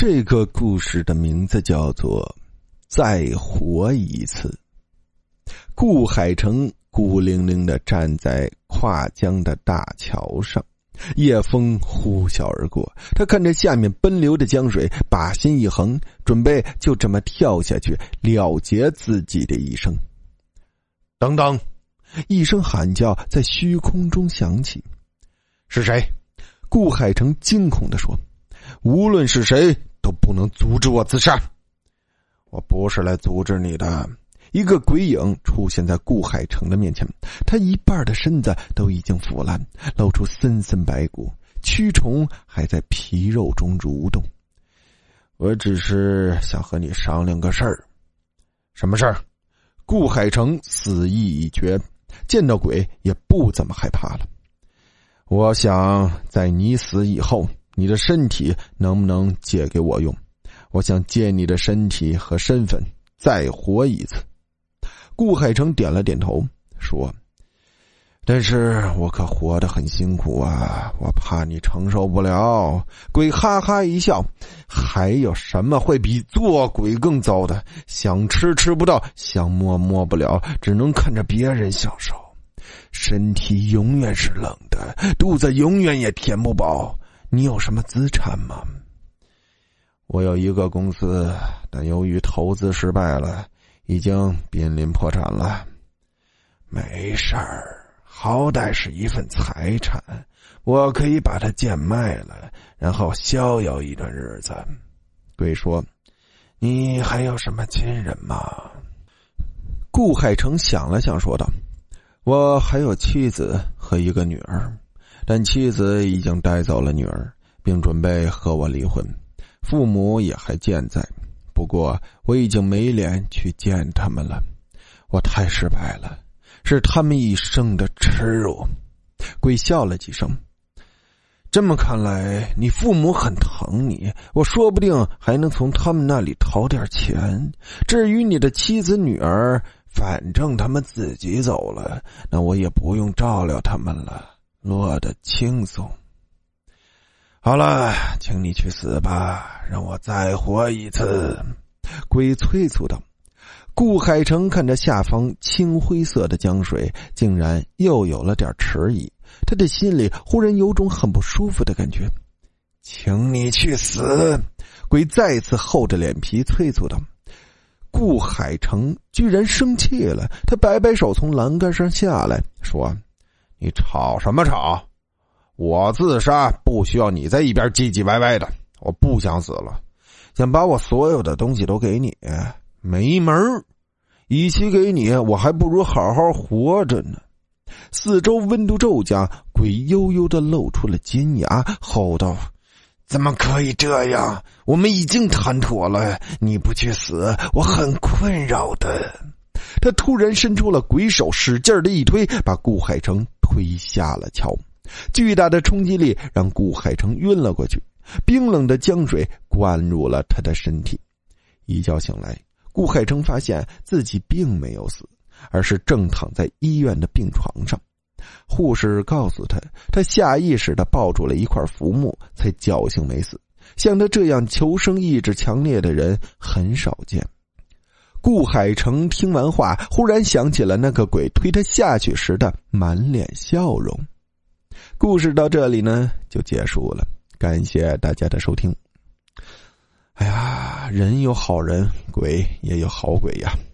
这个故事的名字叫做再活一次。顾海成孤零零地站在跨江的大桥上，夜风呼啸而过，他看着下面奔流的江水，把心一横，准备就这么跳下去了结自己的一生。等等，一声喊叫在虚空中响起。是谁？顾海成惊恐地说，无论是谁都不能阻止我自杀。我不是来阻止你的。一个鬼影出现在顾海成的面前，他一半的身子都已经腐烂，露出森森白骨，蛆虫还在皮肉中蠕动。我只是想和你商量个事儿。什么事儿？顾海成死意已决，见到鬼也不怎么害怕了。我想在你死以后，你的身体能不能借给我用？我想借你的身体和身份再活一次。顾海成点了点头，说，但是我可活得很辛苦啊，我怕你承受不了。鬼哈哈一笑，还有什么会比做鬼更糟的？想吃吃不到，想摸摸不了，只能看着别人享受。身体永远是冷的，肚子永远也填不饱。你有什么资产吗？我有一个公司，但由于投资失败了，已经濒临破产了。没事儿，好歹是一份财产，我可以把它贱卖了，然后逍遥一段日子。鬼说，你还有什么亲人吗？顾海成想了想说道，我还有妻子和一个女儿，但妻子已经带走了女儿，并准备和我离婚，父母也还健在，不过我已经没脸去见他们了，我太失败了，是他们一生的耻辱。鬼笑了几声，这么看来你父母很疼你，我说不定还能从他们那里讨点钱。至于你的妻子女儿，反正他们自己走了，那我也不用照料他们了，落得轻松。好了，请你去死吧，让我再活一次。鬼催促道。顾海成看着下方青灰色的江水，竟然又有了点迟疑，他的心里忽然有种很不舒服的感觉。请你去死！鬼再次厚着脸皮催促道。顾海成居然生气了，他摆摆手从栏杆上下来，说，你吵什么吵？我自杀不需要你在一边唧唧歪歪的，我不想死了，想把我所有的东西都给你，没门儿，与其给你，我还不如好好活着呢。四周温度骤降，鬼悠悠地露出了尖牙，吼道，怎么可以这样？我们已经谈妥了，你不去死，我很困扰的。他突然伸出了鬼手，使劲的一推，把顾海成推下了桥。巨大的冲击力让顾海成晕了过去，冰冷的江水灌入了他的身体。一觉醒来，顾海成发现自己并没有死，而是正躺在医院的病床上。护士告诉他，他下意识地抱住了一块浮木，才侥幸没死。像他这样求生意志强烈的人很少见。顾海成听完话，忽然想起了那个鬼推他下去时的满脸笑容。故事到这里呢就结束了，感谢大家的收听。哎呀，人有好人，鬼也有好鬼呀。